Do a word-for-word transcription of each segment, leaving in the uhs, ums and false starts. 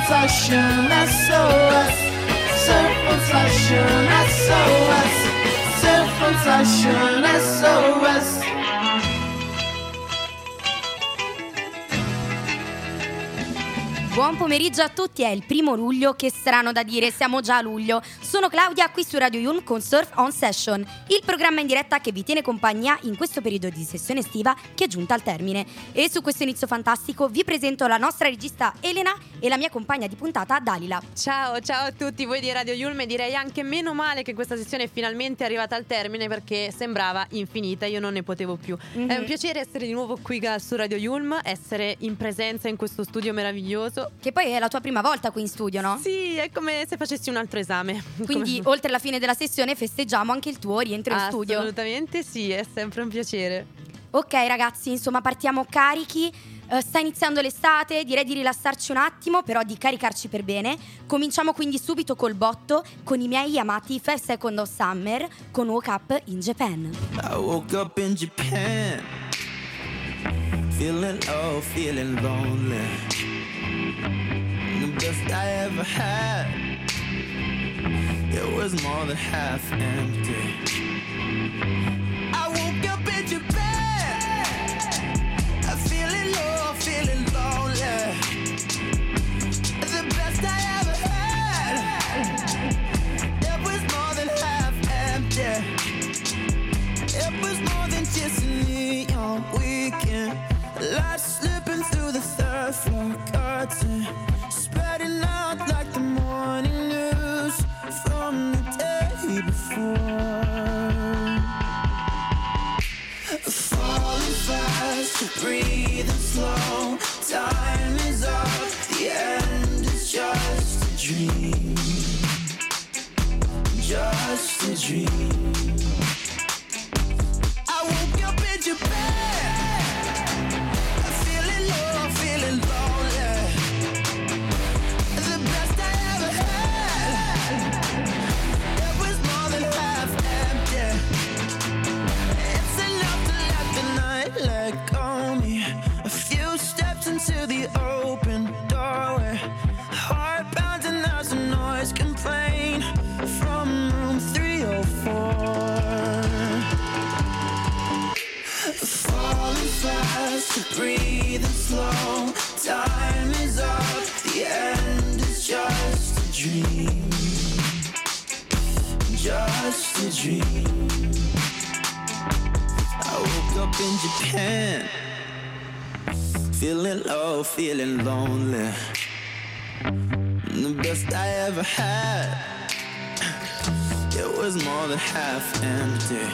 Fashion S O S, Surf on Fashion S O S, Surf on Fashion S O S. Buon pomeriggio a tutti, è il primo luglio, che strano da dire, siamo già a luglio. Sono Claudia qui su Radio Yulm con Surf on Session, il programma in diretta che vi tiene compagnia in questo periodo di sessione estiva che è giunta al termine. E su questo inizio fantastico vi presento la nostra regista Elena e la mia compagna di puntata Dalila. Ciao, ciao a tutti voi di Radio Yulm, e direi anche meno male che questa sessione è finalmente arrivata al termine, perché sembrava infinita, io non ne potevo più. Mm-hmm. È un piacere essere di nuovo qui su Radio Yulm, essere in presenza in questo studio meraviglioso. Che poi è la tua prima volta qui in studio, no? Sì, è come se facessi un altro esame. Quindi come... oltre alla fine della sessione festeggiamo anche il tuo rientro in studio. Assolutamente sì, è sempre un piacere. Ok ragazzi, insomma partiamo carichi. Uh, sta iniziando l'estate, direi di rilassarci un attimo, però di caricarci per bene. Cominciamo quindi subito col botto con i miei amati Five Seconds of Summer con Woke Up in Japan. I woke up in Japan, feeling low, feeling lonely. The best I ever had, it was more than half empty. I woke up in Japan, I'm feeling low, feeling lonely. The best I ever had, it was more than half empty. It was more than just a neon weekend. Lights slipping through the third floor curtain, spreading out like the morning news from the day before. Falling fast, breathing slow, time is up, the end is just a dream, just a dream. I woke up in Japan, feeling low, feeling lonely. The best I ever had, it was more than half empty. It's enough to let the night let go me. A few steps into the open doorway, heart pounding as the noise complain from room three oh four. Falling fast, breathing slow, time is up, the end is just a dream, just a dream. I woke up in Japan, feeling low, feeling lonely. The best I ever had, it was more than half empty.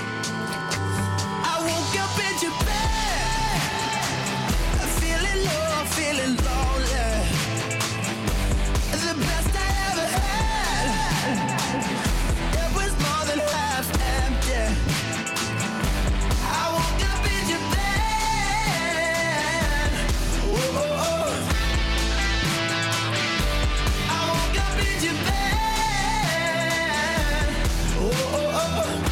I woke up in Japan, feeling low, feeling lonely. The best I ever had, it was more than half empty. I woke up in Japan, whoa. I woke up in Japan, whoa.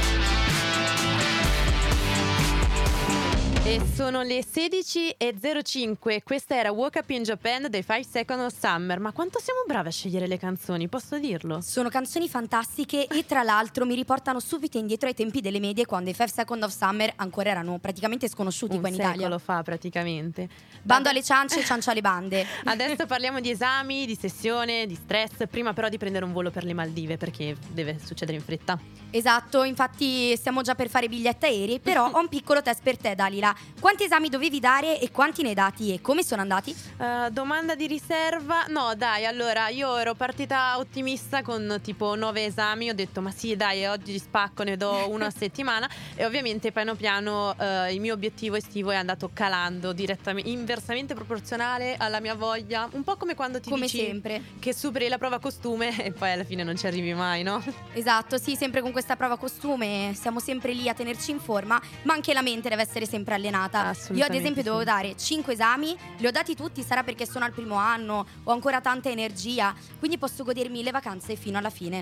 E sono le sedici e zero cinque, questa era Woke Up in Japan dei Five Seconds of Summer. Ma quanto siamo bravi a scegliere le canzoni, posso dirlo? Sono canzoni fantastiche e tra l'altro mi riportano subito indietro ai tempi delle medie, quando i Five Seconds of Summer ancora erano praticamente sconosciuti Un qua in Italia. secolo fa praticamente. Bando alle ciance, ciancia alle bande. Adesso parliamo di esami, di sessione, di stress. Prima però di prendere un volo per le Maldive, perché deve succedere in fretta. Esatto, infatti stiamo già per fare biglietti aerei. Però ho un piccolo test per te, Dalila. Quanti esami dovevi dare e quanti ne hai dati e come sono andati? Uh, domanda di riserva. No dai, allora io ero partita ottimista con tipo nove esami. Ho detto ma sì dai, oggi spacco, ne do uno a settimana. E ovviamente piano piano uh, il mio obiettivo estivo è andato calando direttamente, inversamente proporzionale alla mia voglia. Un po' come quando ti come dici sempre che superi la prova costume e poi alla fine non ci arrivi mai, no? Esatto, sì, sempre con questa prova costume siamo sempre lì a tenerci in forma, ma anche la mente deve essere sempre allenata. Io ad esempio sì. dovevo dare cinque esami, li ho dati tutti, sarà perché sono al primo anno, ho ancora tanta energia, quindi posso godermi le vacanze fino alla fine.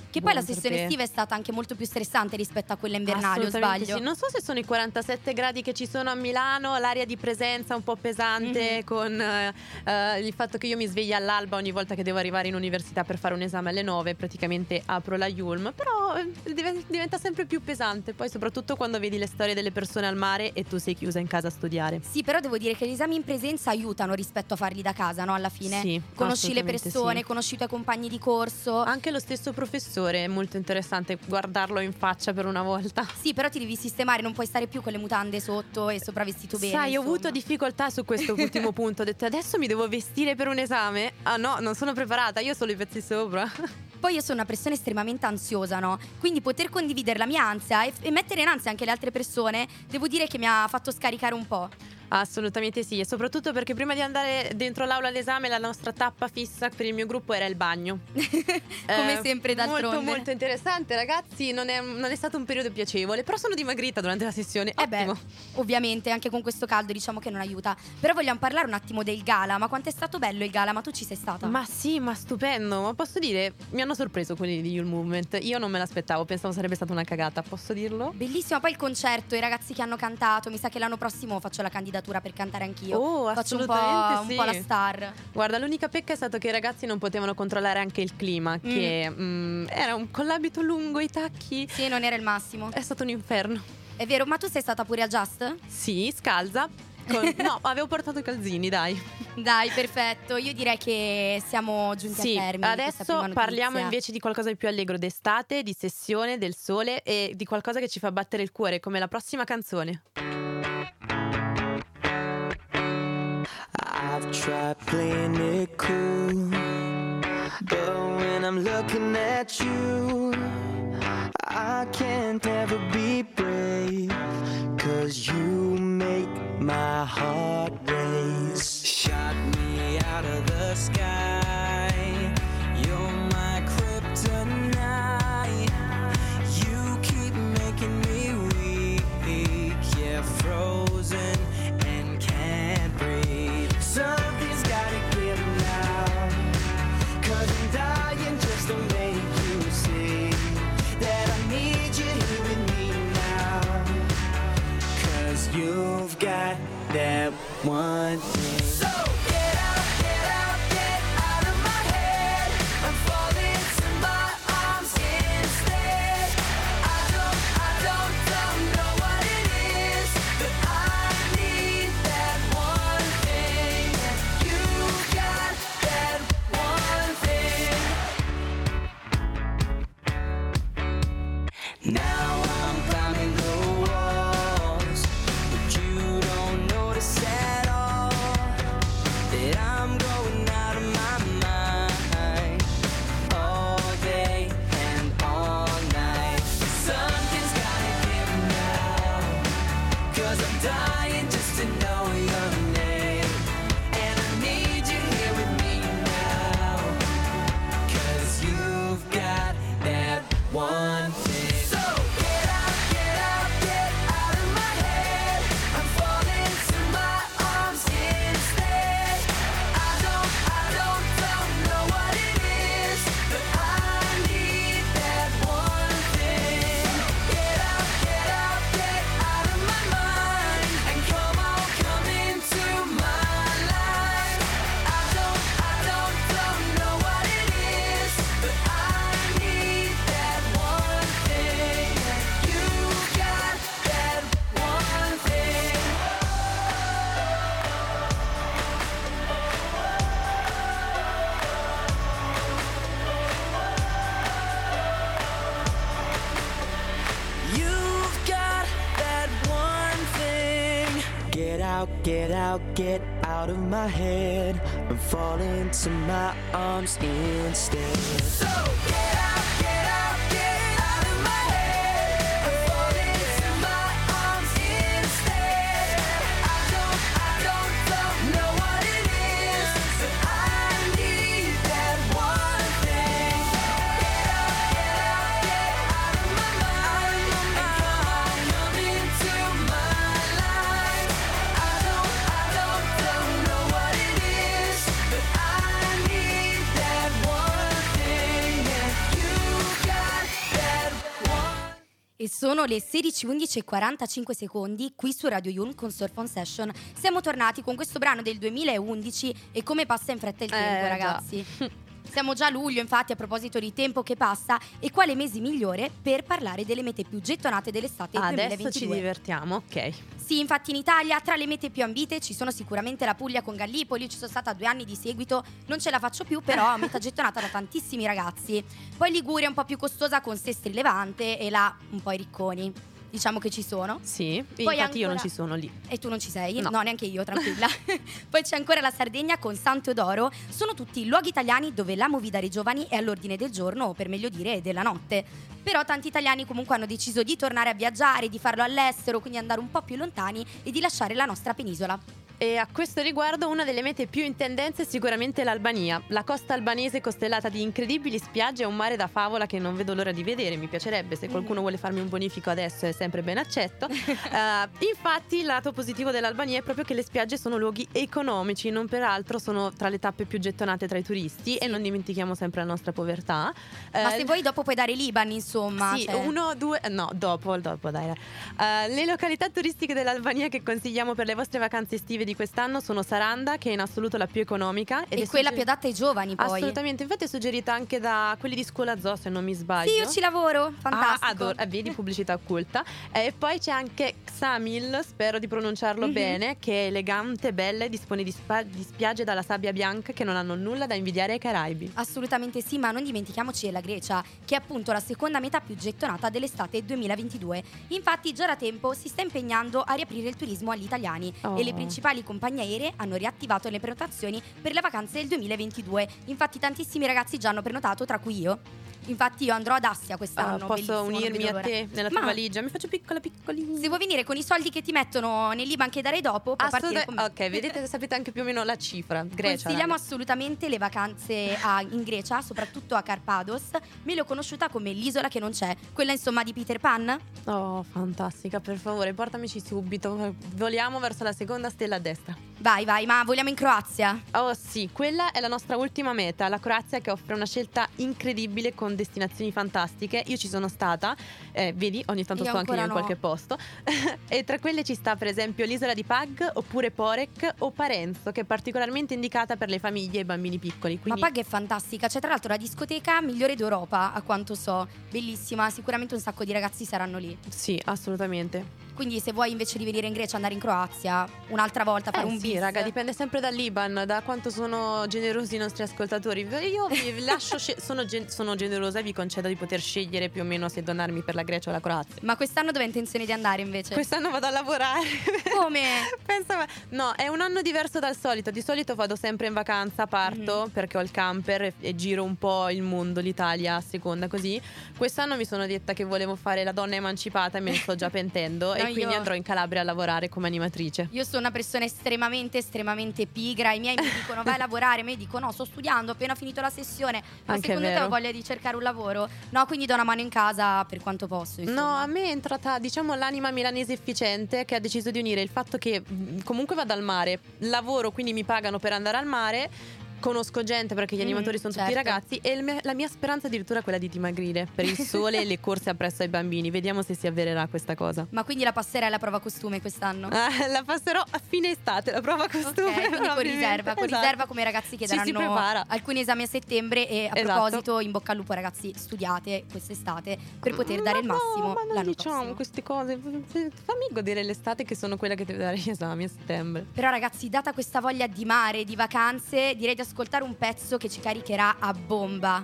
Che poi la Buon per sessione te. estiva è stata anche molto più stressante rispetto a quella invernale, o Assolutamente sbaglio? sì. Non so se sono i quarantasette gradi che ci sono a Milano, l'aria di presenza un po' pesante, Mhm. con eh, eh, il fatto che io mi svegli all'alba ogni volta che devo arrivare in università per fare un esame alle nove, praticamente apro la Yulm, però eh, div- diventa sempre più pesante, poi soprattutto quando vedi le storie delle persone al mare e tu sei chiusa in casa a studiare. Sì, però devo dire che gli esami in presenza aiutano rispetto a farli da casa, no? Alla fine Sì, conosci le assolutamente persone, sì. conosci i tuoi compagni di corso. Anche lo stesso professore è molto interessante guardarlo in faccia per una volta. Sì, però ti devi sistemare, non puoi stare più con le mutande sotto e sopravvestito bene. Sai, ho insomma. avuto difficoltà su questo ultimo punto. Ho detto adesso mi devo vestire per un esame? Ah no, non sono preparata, io ho solo i pezzi sopra. Poi io sono una persona estremamente ansiosa, no? Quindi poter condividere la mia ansia e, e mettere in ansia anche le altre persone, devo dire che mi ha fatto scaricare un po'. Assolutamente sì, e soprattutto perché prima di andare dentro l'aula d'esame la nostra tappa fissa per il mio gruppo era il bagno. Come Eh, sempre d'altronde. Molto molto interessante ragazzi, non è, non è stato un periodo piacevole, però sono dimagrita durante la sessione, Eh beh, ottimo. ovviamente anche con questo caldo diciamo che non aiuta. Però vogliamo parlare un attimo del gala. Ma quanto è stato bello il gala? Ma tu ci sei stata? Ma sì, ma stupendo, ma posso dire, mi hanno sorpreso quelli di Youth Movement, io non me l'aspettavo, pensavo sarebbe stata una cagata, posso dirlo? Bellissimo, poi il concerto, i ragazzi che hanno cantato. Mi sa che l'anno prossimo faccio la candidatura per cantare anch'io. Oh, Faccio un po', assolutamente un sì. po' la star. Guarda, l'unica pecca è stato che i ragazzi non potevano controllare anche il clima, che mm, era un, con l'abito lungo, i tacchi, Sì, non era il massimo. è stato un inferno. È vero, ma tu sei stata pure a Just? Sì, scalza. Con- no, avevo portato i calzini, dai. Dai, perfetto. Io direi che siamo giunti Sì, al termine. di questa prima adesso parliamo notizia. invece di qualcosa di più allegro d'estate, di sessione, del sole e di qualcosa che ci fa battere il cuore, come la prossima canzone. I've tried playing it cool, but when I'm looking at you, I can't ever be brave, 'cause you make my heart race. Shot me out of the sky, you're my kryptonite. You keep making me weak, yeah, frozen and can't breathe. Something's gotta give now, 'cause I'm dying just to make you see that I need you here with me now, 'cause you've got that one thing. So get out, get out, get out of my head. I'm falling to my arms instead. I don't, I don't, don't know what it is, but I need that one thing. You've got that one thing. Now I'm climbing the walls, but you don't notice at all that I'm going out of my mind all day and all night. Something's gotta give now, 'cause I'm dying just to know your name, and I need you here with me now, 'cause you've got that one thing. So get out, get out, get out of my head. I'm falling to my arms instead. I don't, I don't, don't know what it is, but I need that one thing. Get out, get out, get out of my mind, and come on, come into my life. I don't, I don't, don't know what it is, but I need that one thing. You got that one thing. You've got that one thing. Get out, get out, get out of my head. I'm falling to my arms instead. So get out, get out, get out of my head. I'm falling to my arms instead. I don't, I don't, don't know what it is, but I need that one thing. Get out, get out, get out of my mind, and come on, come into my life. I don't, I don't, don't know what it is, but I need that one thing. Yeah, you got E sono le sedici e undici e quarantacinque secondi qui su Radio Yulm con Surf on Session. Siamo tornati con questo brano del duemilaundici e come passa in fretta il tempo, Eh, ragazzi. Siamo già a luglio, infatti, a proposito di tempo che passa, e quale mese migliore per parlare delle mete più gettonate dell'estate Adesso duemilaventidue. ci divertiamo, ok. Sì, infatti in Italia tra le mete più ambite ci sono sicuramente la Puglia con Gallipoli. Io ci sono stata due anni di seguito, non ce la faccio più, però meta gettonata da tantissimi ragazzi. Poi Liguria è un po' più costosa con Sestri Levante, e là un po' i ricconi, diciamo che ci sono. Sì, Poi infatti io non ancora- ci sono lì. E tu non ci sei? No. No, neanche io, tranquilla. Poi c'è ancora la Sardegna con San Teodoro. Sono tutti luoghi italiani dove la movida dei giovani è all'ordine del giorno, o per meglio dire della notte. Però tanti italiani comunque hanno deciso di tornare a viaggiare, di farlo all'estero, quindi andare un po' più lontani e di lasciare la nostra penisola. E a questo riguardo una delle mete più in tendenza è sicuramente l'Albania. La costa albanese costellata di incredibili spiagge e un mare da favola che non vedo l'ora di vedere. Mi piacerebbe, se qualcuno vuole farmi un bonifico adesso è sempre ben accetto. uh, infatti il lato positivo dell'Albania è proprio che le spiagge sono luoghi economici, non peraltro sono tra le tappe più gettonate tra i turisti, e non dimentichiamo sempre la nostra povertà. Ma Eh, se vuoi dopo puoi dare l'Iban, insomma. Sì, cioè. uno, due, no, dopo, dopo dai. Uh, le località turistiche dell'Albania che consigliamo per le vostre vacanze estive di quest'anno sono Saranda, che è in assoluto la più economica ed E è quella sugger- più adatta ai giovani, poi. Assolutamente, infatti è suggerita anche da quelli di Scuola Zoo, se non mi sbaglio. Sì, io ci lavoro, fantastico. Ah, adoro, eh, vedi, pubblicità occulta. E poi c'è anche Xamil, spero di pronunciarlo Mhm. bene, che è elegante, bella e dispone di, spa- di spiagge dalla sabbia bianca che non hanno nulla da invidiare ai Caraibi. Assolutamente sì, ma non dimentichiamoci della Grecia, che è appunto la seconda metà più gettonata dell'estate duemilaventidue. Infatti già da tempo si sta impegnando a riaprire il turismo agli italiani, Oh. e le principali compagnie aeree hanno riattivato le prenotazioni per le vacanze del duemilaventidue. Infatti tantissimi ragazzi già hanno prenotato, tra cui io. Infatti io andrò ad Assia quest'anno. Ah, posso bellissimo, non unirmi vedo a l'ora. te nella tua Ma valigia? Mi faccio piccola piccolina. se vuoi venire con i soldi che ti mettono nell'Iban che darei dopo, puoi partire con me. Ok, vedete, sapete anche più o meno la cifra. Grecia. Consigliamo raga. assolutamente le vacanze a- in Grecia, soprattutto a Karpados, meglio conosciuta come l'isola che non c'è, quella insomma di Peter Pan. Oh, fantastica, per favore, portamici subito. Voliamo verso la seconda stella a destra. Vai, vai, ma vogliamo in Croazia? Oh sì, quella è la nostra ultima meta, la Croazia, che offre una scelta incredibile con destinazioni fantastiche. Io ci sono stata, eh, vedi, ogni tanto Io sto anche io in ancora no. qualche posto. E tra quelle ci sta per esempio l'isola di Pag, oppure Porek o Parenzo, che è particolarmente indicata per le famiglie e i bambini piccoli. Quindi... Ma Pag è fantastica, c'è tra l'altro la discoteca migliore d'Europa, a quanto so, bellissima, sicuramente un sacco di ragazzi saranno lì. Sì, assolutamente. Quindi se vuoi invece di venire in Grecia andare in Croazia un'altra volta, fare Eh un sì, bis. raga, dipende sempre dall'Iban, da quanto sono generosi i nostri ascoltatori. Io vi lascio, sce- sono, gen- sono generosa e vi concedo di poter scegliere più o meno se donarmi per la Grecia o la Croazia. Ma quest'anno dove hai intenzione di andare invece? Quest'anno vado a lavorare. Come? Pensa, no, è un anno diverso dal solito. Di solito vado sempre in vacanza, parto Mhm. perché ho il camper e, e giro un po' il mondo, l'Italia a seconda così. Quest'anno mi sono detta che volevo fare la donna emancipata e me ne sto già pentendo. No, e quindi io- andrò in Calabria a lavorare come animatrice. Io sono una persona estremamente, estremamente pigra. I miei mi dicono vai a lavorare, mi dico no, sto studiando, ho appena finito la sessione. Ma Anche secondo te vero. ho voglia di cercare un lavoro? No, quindi do una mano in casa per quanto posso, No, insomma. a me è entrata, diciamo, l'anima milanese efficiente, che ha deciso di unire il fatto che mh, comunque vado al mare, lavoro, quindi mi pagano per andare al mare. Conosco gente perché gli Mm, animatori sono tutti certo. ragazzi, e il me- la mia speranza addirittura è quella di dimagrire per il sole e le corse appresso ai bambini. Vediamo se si avvererà questa cosa. Ma quindi la passerai alla prova costume quest'anno? Ah, la passerò a fine estate, la prova costume. Ok, quindi con probabilmente. riserva, con Esatto. riserva come i ragazzi che Ci si daranno prepara. alcuni esami a settembre. E a Esatto. proposito, in bocca al lupo ragazzi, studiate quest'estate per poter dare il Ma no, massimo ma non l'anno diciamo prossimo. queste cose. Fammi godere l'estate, che sono quella che deve dare gli esami a settembre. Però ragazzi, data questa voglia di mare, di vacanze, direi di ascoltare un pezzo che ci caricherà a bomba.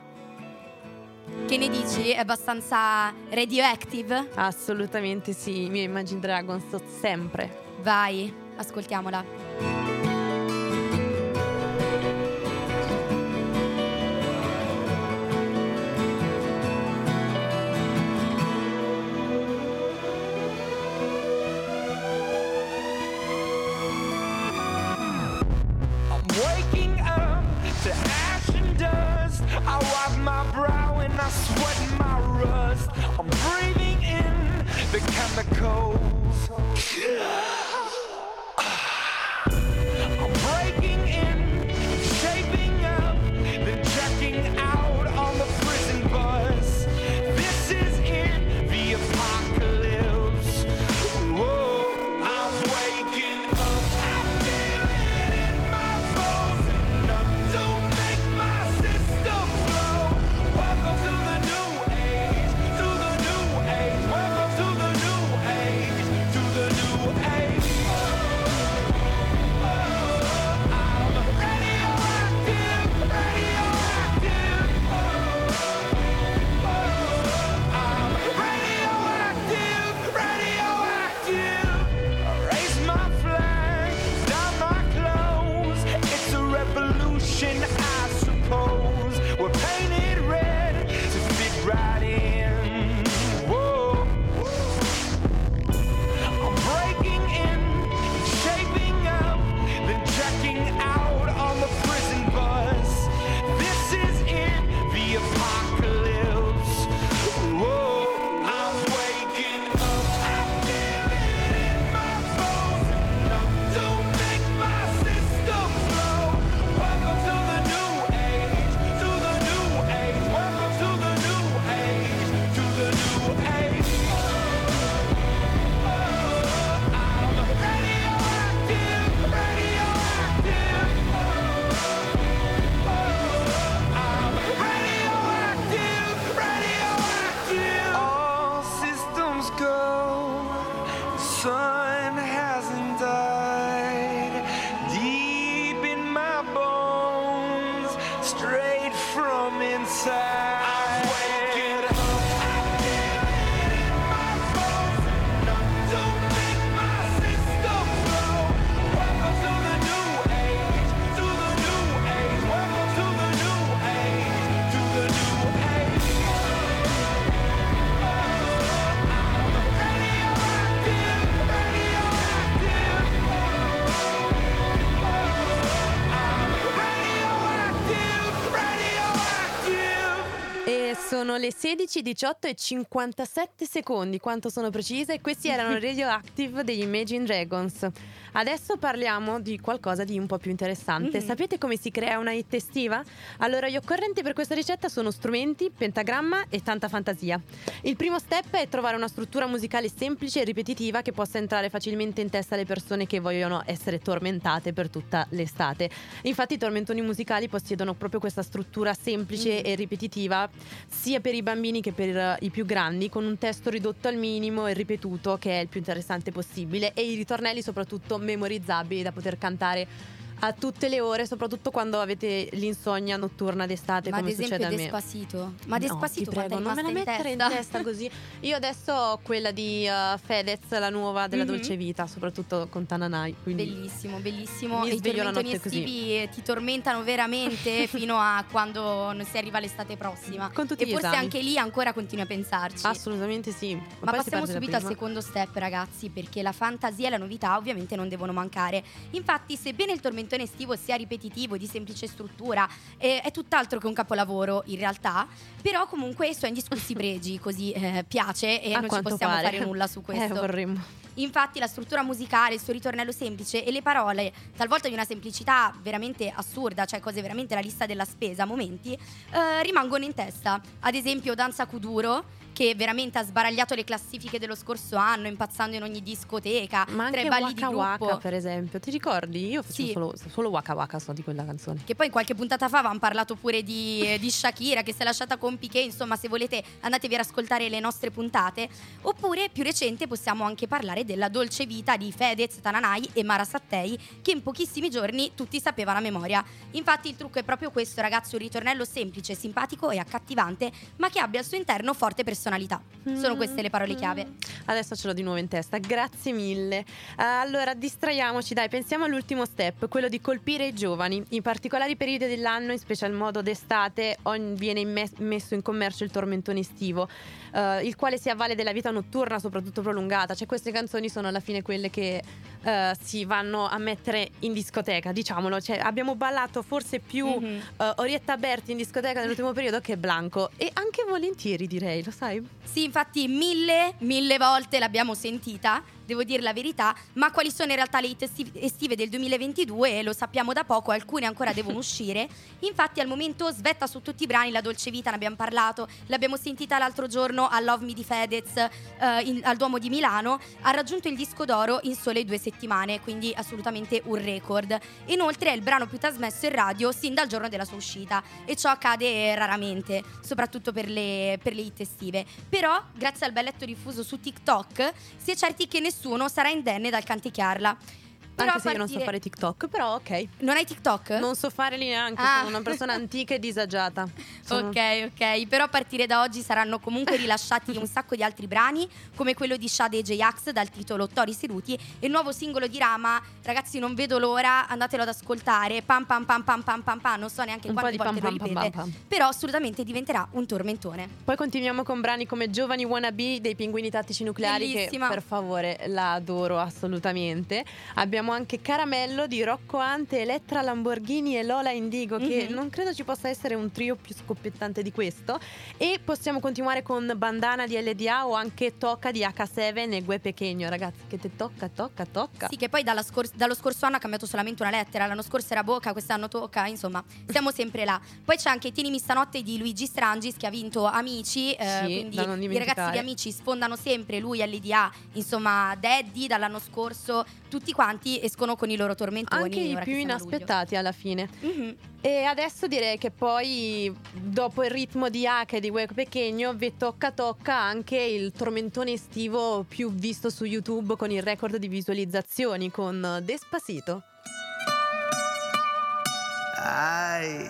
Che ne dici? È abbastanza radioactive? Assolutamente sì, i miei Imagine Dragons sempre. Vai, ascoltiamola. I'm waking up to ash and dust. I wipe my brow and I sweat my rust. I'm breathing in the chemicals. I'm breaking in, shaping up, then checking out on the prison bus. This is it, the apocalypse. ocean, I suppose. We're painted red to fit right in. Whoa. I'm breaking in, shaping up, then checking out on the prison bus. This is it, the apocalypse. Whoa, I'm waking up, I feel it in my bones. Enough to make my system blow. Welcome to the new age, to the new age. Welcome to the new age, to the new age. I'm radioactive, radioactive. I'm radioactive, radioactive. All systems go. The sun hasn't died. Deep in my bones, straight from inside. I'm waking up. I feel it in my bones. Enough to make my system blow. Welcome to the new age, to the new age. Welcome to the new age, to the new age. I'm radioactive, radioactive. I'm radioactive, radioactive. E sono le sedici, diciotto e cinquantasette secondi, quanto sono precise. Questi erano Radioactive degli Imagine Dragons. Adesso parliamo di qualcosa di un po' più interessante. Mhm. Sapete come si crea una hit estiva? Allora, gli occorrenti per questa ricetta sono strumenti, pentagramma e tanta fantasia. Il primo step è trovare una struttura musicale semplice e ripetitiva che possa entrare facilmente in testa alle persone che vogliono essere tormentate per tutta l'estate. Infatti i tormentoni musicali possiedono proprio questa struttura semplice Mm. e ripetitiva, sia per i bambini che per eh, i più grandi, con un testo ridotto al minimo e ripetuto, che è il più interessante possibile, e i ritornelli soprattutto memorizzabili da poter cantare a tutte le ore, soprattutto quando avete l'insonnia notturna d'estate, Ma ad come esempio succede a me. Despacito. Ma No, Despacito ti prego, quanto è non me la rimasta mettere in testa? testa così. Io adesso ho quella di uh, Fedez, la nuova della Mhm. Dolce Vita, soprattutto con Tananai, quindi Bellissimo, bellissimo. Mi E i sveglio la tormentoni notte così. estivi ti tormentano veramente fino a quando non si arriva l'estate prossima. Con tutti e gli forse esami. anche lì ancora continui a pensarci. assolutamente sì. Ma poi si passiamo parte da subito al prima. secondo step, ragazzi, perché la fantasia e la novità ovviamente non devono mancare. Infatti, sebbene il tormentone estivo sia ripetitivo, di semplice struttura, eh, è tutt'altro che un capolavoro in realtà, però comunque i suoi indiscussi pregi, così eh, piace e A non ci quanto possiamo pare. fare nulla su Eh, questo. vorremmo. Infatti la struttura musicale, il suo ritornello semplice e le parole, talvolta di una semplicità veramente assurda, cioè cose veramente la lista della spesa a momenti, eh, rimangono in testa. Ad esempio Danza Kuduro, che veramente ha sbaragliato le classifiche dello scorso anno, impazzando in ogni discoteca, Ma anche tre balli di Waka gruppo. Waka, per esempio. Ti ricordi? Io facevo Sì. solo, solo Waka Waka, so di quella canzone. Che poi qualche puntata fa avevamo parlato pure di, di Shakira, che si è lasciata con Piqué. Insomma, se volete andatevi ad ascoltare le nostre puntate. Oppure più recente possiamo anche parlare della dolce vita di Fedez, Tananai e Mara Sattei, che in pochissimi giorni tutti sapevano a memoria. Infatti il trucco è proprio questo, ragazzi: un ritornello semplice, simpatico e accattivante, ma che abbia al suo interno forte personalità. Sono queste le parole chiave. Adesso ce l'ho di nuovo in testa, grazie mille. Eh, allora, distraiamoci, dai, pensiamo all'ultimo step, quello di colpire i giovani. In particolari periodi dell'anno, in special modo d'estate, ogni- viene imme- messo in commercio il tormentone estivo, eh, il quale si avvale della vita notturna, soprattutto prolungata. Cioè, queste canzoni sono alla fine quelle che eh, si vanno a mettere in discoteca, diciamolo. Cioè, abbiamo ballato forse più Mhm. eh, Orietta Berti in discoteca nell'ultimo periodo che Blanco, e anche volentieri, direi, lo sai? Sì, infatti mille, mille volte l'abbiamo sentita, devo dire la verità, ma quali sono in realtà le hit esti- estive del duemilaventidue lo sappiamo da poco, alcune ancora devono uscire. Infatti al momento svetta su tutti i brani La Dolce Vita, ne abbiamo parlato, l'abbiamo sentita l'altro giorno a Love Me di Fedez eh, in- al Duomo di Milano, ha raggiunto il disco d'oro in sole due settimane, quindi assolutamente un record. Inoltre è il brano più trasmesso in radio sin dal giorno della sua uscita, e ciò accade raramente, soprattutto per le, per le hit estive. Però, grazie al belletto diffuso su TikTok, si è certi che nessuno sarà indenne dal canticchiarla. Però Anche se io non so partire- fare TikTok, però ok. Non hai TikTok? Non so fare lì neanche, Ah. sono una persona antica e disagiata. Sono- Ok, ok, però a partire da oggi saranno comunque rilasciati un sacco di altri brani, come quello di Shade e J-Ax dal titolo Tori Seduti e il nuovo singolo di Rama. Ragazzi, non vedo l'ora, andatelo ad ascoltare. Pam pam pam pam pam pam pam, non so neanche Un po' quante di volte pam lo pam ripete, pam pam pam. però assolutamente diventerà un tormentone. Poi continuiamo con brani come Giovani Wannabe dei Pinguini Tattici Nucleari, Bellissima. che per favore la adoro assolutamente. Abbiamo anche Caramello di Rocco Ante, Elettra Lamborghini e Lola Indigo, che Mhm. non credo ci possa essere un trio più scoppiettante di questo. E possiamo continuare con Bandana di L D A o anche Tocca di H sette e Gue Pequeño. Ragazzi, che te tocca, tocca, tocca. Sì, che poi dalla scor- dallo scorso anno ha cambiato solamente una lettera. L'anno scorso era Bocca, quest'anno Tocca. Insomma, siamo sempre là. Poi c'è anche Tienimi stanotte di Luigi Strangis, che ha vinto Amici. eh, Sì, quindi da non i dimenticare. ragazzi di Amici sfondano sempre. Lui L D A, insomma, Daddy dall'anno scorso. Tutti quanti escono con i loro tormentoni. Anche i ora che più siamo a luglio. inaspettati alla fine. Mhm. E adesso direi che poi, dopo il ritmo di H e di Gue Pequeño, vi tocca tocca anche il tormentone estivo più visto su YouTube con il record di visualizzazioni, con Despacito. Ay.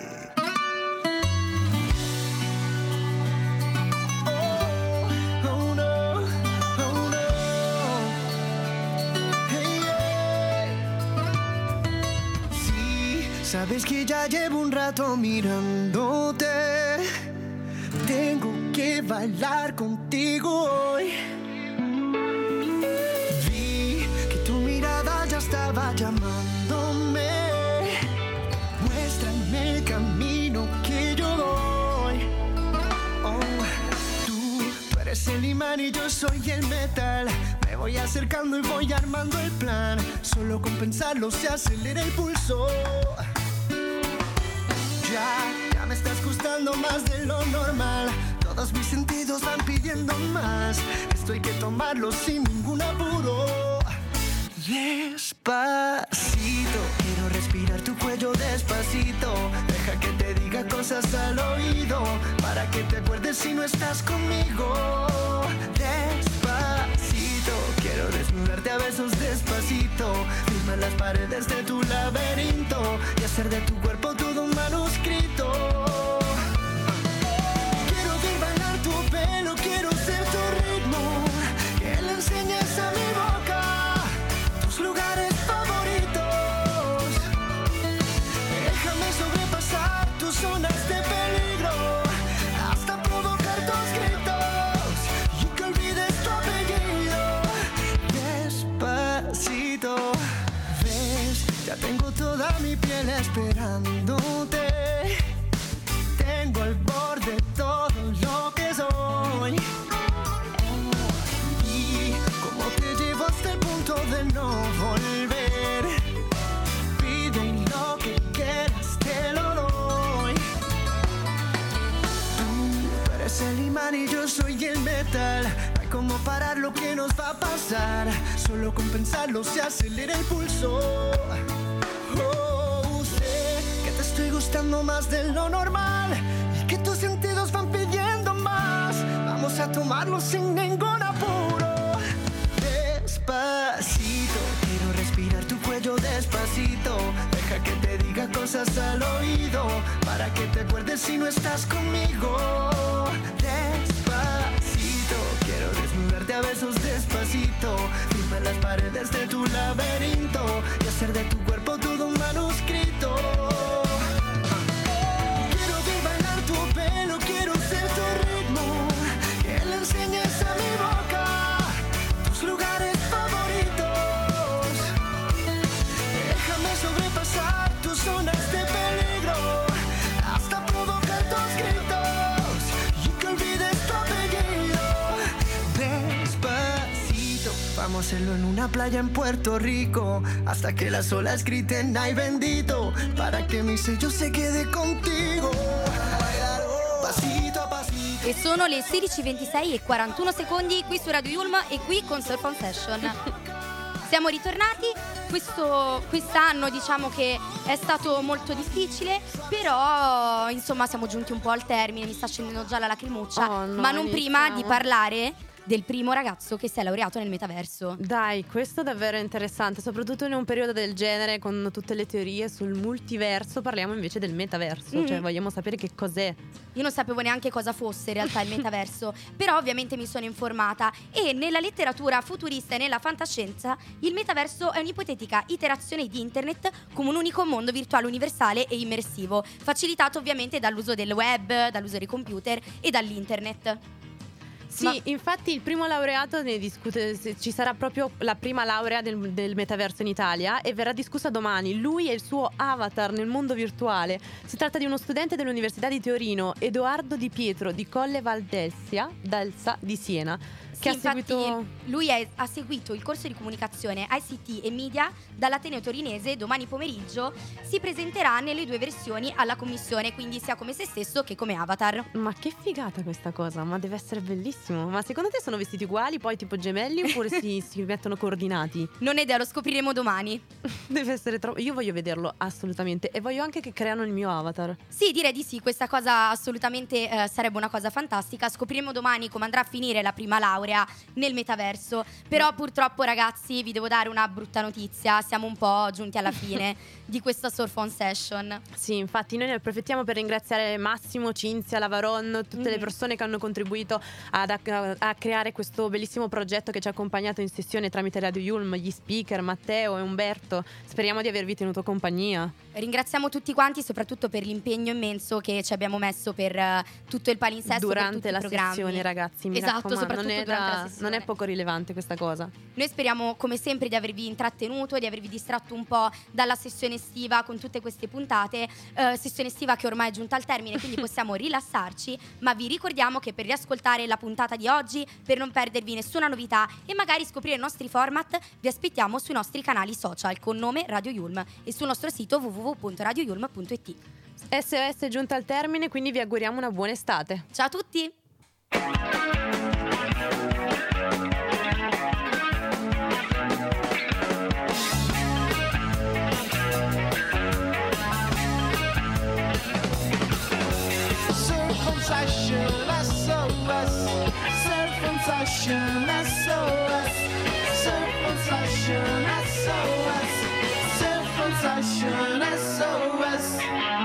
Oh, oh no, oh no. Hey, yeah. Sí, sabes que ya llevo un rato mirándote. Tengo que bailar contigo hoy. Vi que tu mirada ya estaba llamándome. Muéstrame el camino que yo voy. Oh, tú, tú eres el imán y yo soy el metal. Me voy acercando y voy armando el plan. Solo con pensarlo se acelera el pulso. Ya, ya me estás gustando más de lo normal. Todos mis sentidos van pidiendo más. Esto hay que tomarlo sin ningún apuro. Despacito, quiero respirar tu cuello despacito. Deja que te diga cosas al oído, para que te acuerdes si no estás conmigo. Despacito, quiero desnudarte a besos despacito. Firma las paredes de tu laberinto y hacer de tu cuerpo todo un manuscrito. Quiero ver bailar tu pelo, quiero ser tu ritmo, que le enseñes a mi boca tus lugares favoritos. Déjame sobrepasar tus zonas de peligro, hasta provocar tus gritos y que olvides tu apellido. Despacito, ves, ya tengo toda mi piel esperándote. Tengo al borde todo lo que soy. Y como te llevo hasta el punto de no volver. Pide lo que quieras, te lo doy. Tú eres el imán y yo soy el metal. No hay como parar lo que nos va a pasar. Solo con pensarlo se acelera el pulso. Oh, sé que te estoy gustando más de lo normal y que tus sentidos van pidiendo más. Vamos a tomarlo sin ningún apuro. Despacito, quiero respirar tu cuello despacito. Deja que te diga cosas al oído, para que te acuerdes si no estás conmigo. Despacito, quiero desnudarte a besos despacito. Firma las paredes de tu laberinto y hacer de tu cuerpo todo un manuscrito. Quiero ver bailar tu pelo, quiero ser tu ritmo, que le enseñes a mi boca tus lugares favoritos. Déjame sobrepasar tus zonas de peligro, hasta provocar tus gritos y que olvides tu apellido. Despacito, vamos a hacerlo en una playa en Puerto Rico, hasta que las olas griten ay bendito, para que mi sello se quede contigo. Pasito a pasito. E sono le sedici e ventisei e quarantuno secondi qui su Radio Yulm e qui con Surf on Session. Siamo ritornati. Questo, quest'anno diciamo che è stato molto difficile, però insomma siamo giunti un po' al termine, mi sta scendendo già la lacrimuccia, Oh, no, ma non prima iniziamo. di parlare del primo ragazzo che si è laureato nel metaverso. Dai, questo è davvero interessante, soprattutto in un periodo del genere con tutte le teorie sul multiverso. Parliamo invece del metaverso, Mm. cioè vogliamo sapere che cos'è. Io non sapevo neanche cosa fosse in realtà il metaverso, però ovviamente mi sono informata e nella letteratura futurista e nella fantascienza il metaverso è un'ipotetica iterazione di internet come un unico mondo virtuale universale e immersivo, facilitato ovviamente dall'uso del web, dall'uso dei computer e dall'internet. Sì, Ma- infatti il primo laureato ne discute, se ci sarà proprio la prima laurea del, del metaverso in Italia e verrà discussa domani. Lui e il suo avatar nel mondo virtuale. Si tratta di uno studente dell'Università di Torino, Edoardo Di Pietro di Colle Valdelsia, Dalsa di Siena, che Sì, ha seguito... infatti lui è- ha seguito il corso di comunicazione I C T e media dall'Ateneo Torinese. Domani pomeriggio si presenterà nelle due versioni alla commissione, quindi sia come se stesso che come avatar. Ma che figata questa cosa, ma deve essere bellissimo. Ma secondo te sono vestiti uguali, poi tipo gemelli, oppure si, si mettono coordinati? Non ho idea, lo scopriremo domani. Deve essere troppo... Io voglio vederlo assolutamente e voglio anche che creano il mio avatar. Sì, direi di sì, questa cosa assolutamente eh, sarebbe una cosa fantastica. Scopriremo domani come andrà a finire la prima laurea nel metaverso. Però purtroppo ragazzi vi devo dare una brutta notizia, siamo un po' giunti alla fine di questa Surf On Session. Sì, infatti noi ne approfittiamo per ringraziare Massimo, Cinzia, Lavaron, tutte le Mhm. persone che hanno contribuito ad- a, a creare questo bellissimo progetto che ci ha accompagnato in sessione tramite Radio Yulm, gli speaker, Matteo e Umberto. Speriamo di avervi tenuto compagnia. Ringraziamo tutti quanti, soprattutto per l'impegno immenso che ci abbiamo messo per eh, tutto il palinsesto, per tutti Durante i la programmi. sessione, ragazzi, mi Esatto, raccomando, soprattutto non è, durante da- la sessione. non è poco rilevante questa cosa. Noi speriamo come sempre di avervi intrattenuto, di avervi distratto un po' dalla sessione estiva con tutte queste puntate, eh, sessione estiva che ormai è giunta al termine, quindi possiamo rilassarci, ma vi ricordiamo che per riascoltare la puntata di oggi, per non perdervi nessuna novità e magari scoprire i nostri format, vi aspettiamo sui nostri canali social con nome Radio Yulm e sul nostro sito w w w punto radio yulm punto i t. S O S è giunta al termine, quindi vi auguriamo una buona estate. Ciao a tutti! Circumcision, S O S. Circumcision, S O S. Circumcision, S O S. Circumcision, S O S.